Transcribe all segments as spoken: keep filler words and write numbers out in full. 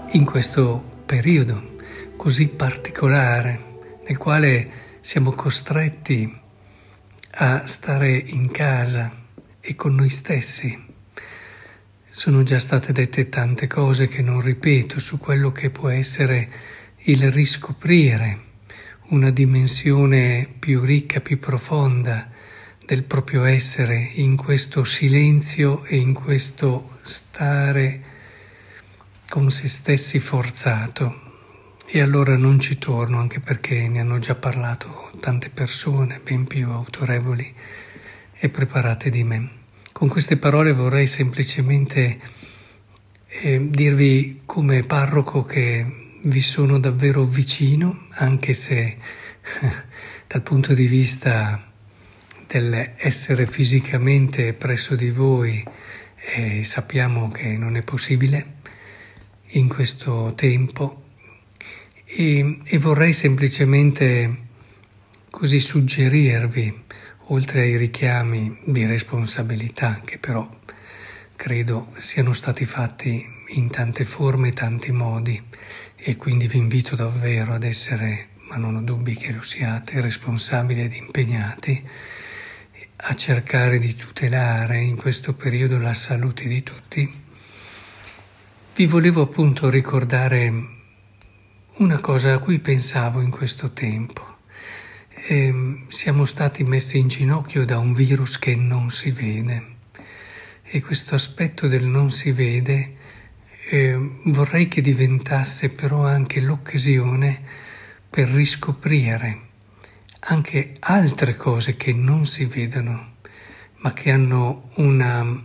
in questo periodo così particolare nel quale siamo costretti a stare in casa e con noi stessi. Sono già state dette tante cose che non ripeto su quello che può essere il riscoprire una dimensione più ricca, più profonda del proprio essere in questo silenzio e in questo stare con se stessi forzato. E allora non ci torno, anche perché ne hanno già parlato tante persone ben più autorevoli e preparate di me. Con queste parole vorrei semplicemente eh, dirvi come parroco che vi sono davvero vicino, anche se eh, dal punto di vista dell'essere fisicamente presso di voi eh, sappiamo che non è possibile in questo tempo e, e vorrei semplicemente così suggerirvi, oltre ai richiami di responsabilità che però credo siano stati fatti in tante forme, tanti modi, e quindi vi invito davvero ad essere, ma non ho dubbi che lo siate, responsabili ed impegnati a cercare di tutelare in questo periodo la salute di tutti. Vi volevo appunto ricordare una cosa a cui pensavo in questo tempo. E siamo stati messi in ginocchio da un virus che non si vede, e questo aspetto del non si vede eh, vorrei che diventasse però anche l'occasione per riscoprire anche altre cose che non si vedono, ma che hanno una,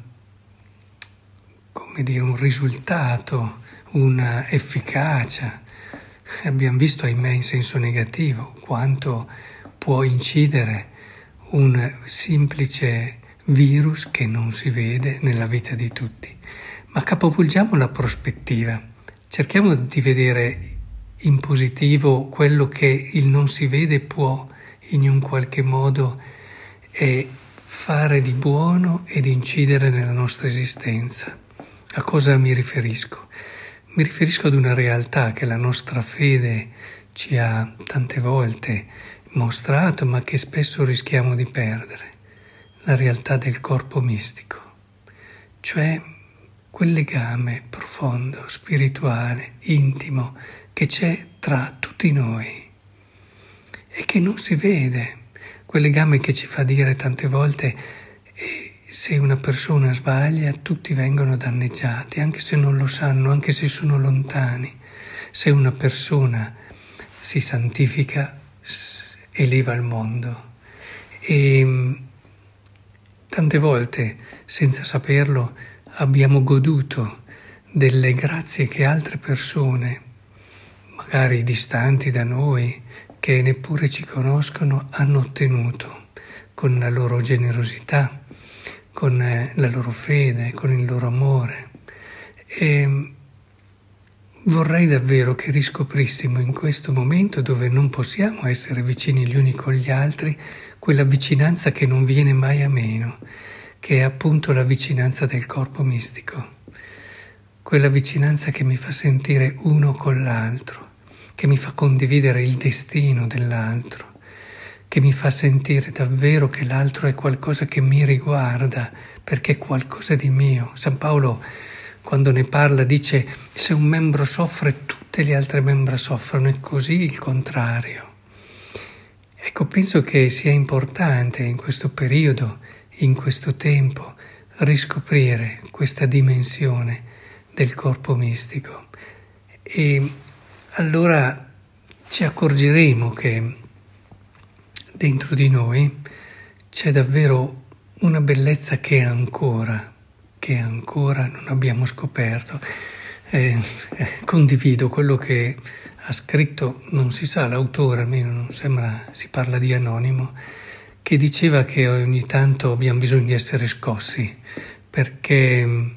come dire, un risultato, una efficacia. Abbiamo visto, ahimè, in senso negativo, quanto può incidere un semplice virus che non si vede nella vita di tutti. Ma capovolgiamo la prospettiva, cerchiamo di vedere in positivo quello che il non si vede può in un qualche modo eh, fare di buono ed incidere nella nostra esistenza. A cosa mi riferisco? Mi riferisco ad una realtà che la nostra fede ci ha tante volte mostrato, ma che spesso rischiamo di perdere, la realtà del corpo mistico, cioè quel legame profondo, spirituale, intimo che c'è tra tutti noi e che non si vede, quel legame che ci fa dire tante volte eh, se una persona sbaglia tutti vengono danneggiati, anche se non lo sanno, anche se sono lontani. Se una persona si santifica, eleva il mondo. E tante volte, senza saperlo, abbiamo goduto delle grazie che altre persone, magari distanti da noi, che neppure ci conoscono, hanno ottenuto con la loro generosità, con la loro fede, con il loro amore. E vorrei davvero che riscoprissimo in questo momento, dove non possiamo essere vicini gli uni con gli altri, quella vicinanza che non viene mai a meno, che è appunto la vicinanza del corpo mistico, quella vicinanza che mi fa sentire uno con l'altro, che mi fa condividere il destino dell'altro, che mi fa sentire davvero che l'altro è qualcosa che mi riguarda, perché è qualcosa di mio. San Paolo, quando ne parla, dice: se un membro soffre, tutte le altre membra soffrono, e così il contrario. Ecco, penso che sia importante in questo periodo, in questo tempo, riscoprire questa dimensione del corpo mistico. E allora ci accorgeremo che dentro di noi c'è davvero una bellezza che ancora, che ancora non abbiamo scoperto. Eh, eh, condivido quello che ha scritto, non si sa l'autore, almeno non sembra, si parla di anonimo, che diceva che ogni tanto abbiamo bisogno di essere scossi, perché,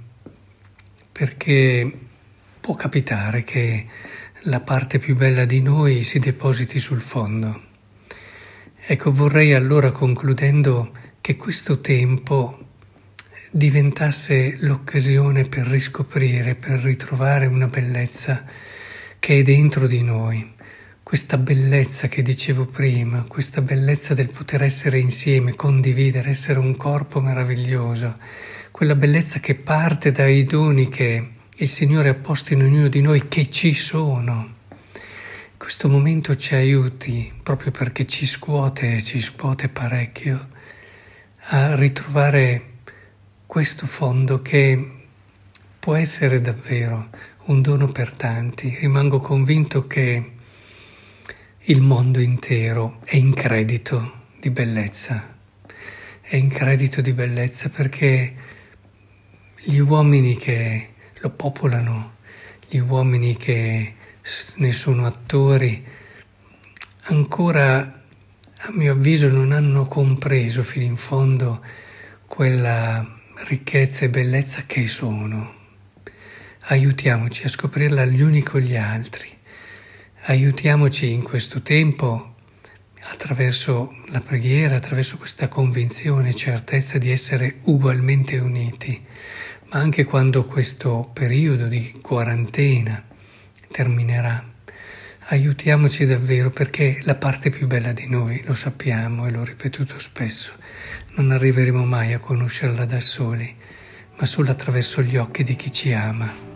perché può capitare che la parte più bella di noi si depositi sul fondo. Ecco, vorrei allora, concludendo, che questo tempo diventasse l'occasione per riscoprire, per ritrovare una bellezza che è dentro di noi, questa bellezza che dicevo prima, questa bellezza del poter essere insieme, condividere, essere un corpo meraviglioso, quella bellezza che parte dai doni che il Signore ha posto in ognuno di noi, che ci sono. Questo momento ci aiuti, proprio perché ci scuote, ci scuote parecchio, a ritrovare questo fondo che può essere davvero un dono per tanti. Rimango convinto che il mondo intero è in credito di bellezza, è in credito di bellezza perché gli uomini che lo popolano, gli uomini che ne sono attori, ancora a mio avviso non hanno compreso fino in fondo quella ricchezza e bellezza che sono. Aiutiamoci a scoprirla gli uni con gli altri. Aiutiamoci in questo tempo attraverso la preghiera, attraverso questa convinzione e certezza di essere ugualmente uniti, ma anche quando questo periodo di quarantena terminerà. Aiutiamoci davvero, perché la parte più bella di noi, lo sappiamo e l'ho ripetuto spesso, non arriveremo mai a conoscerla da soli, ma solo attraverso gli occhi di chi ci ama.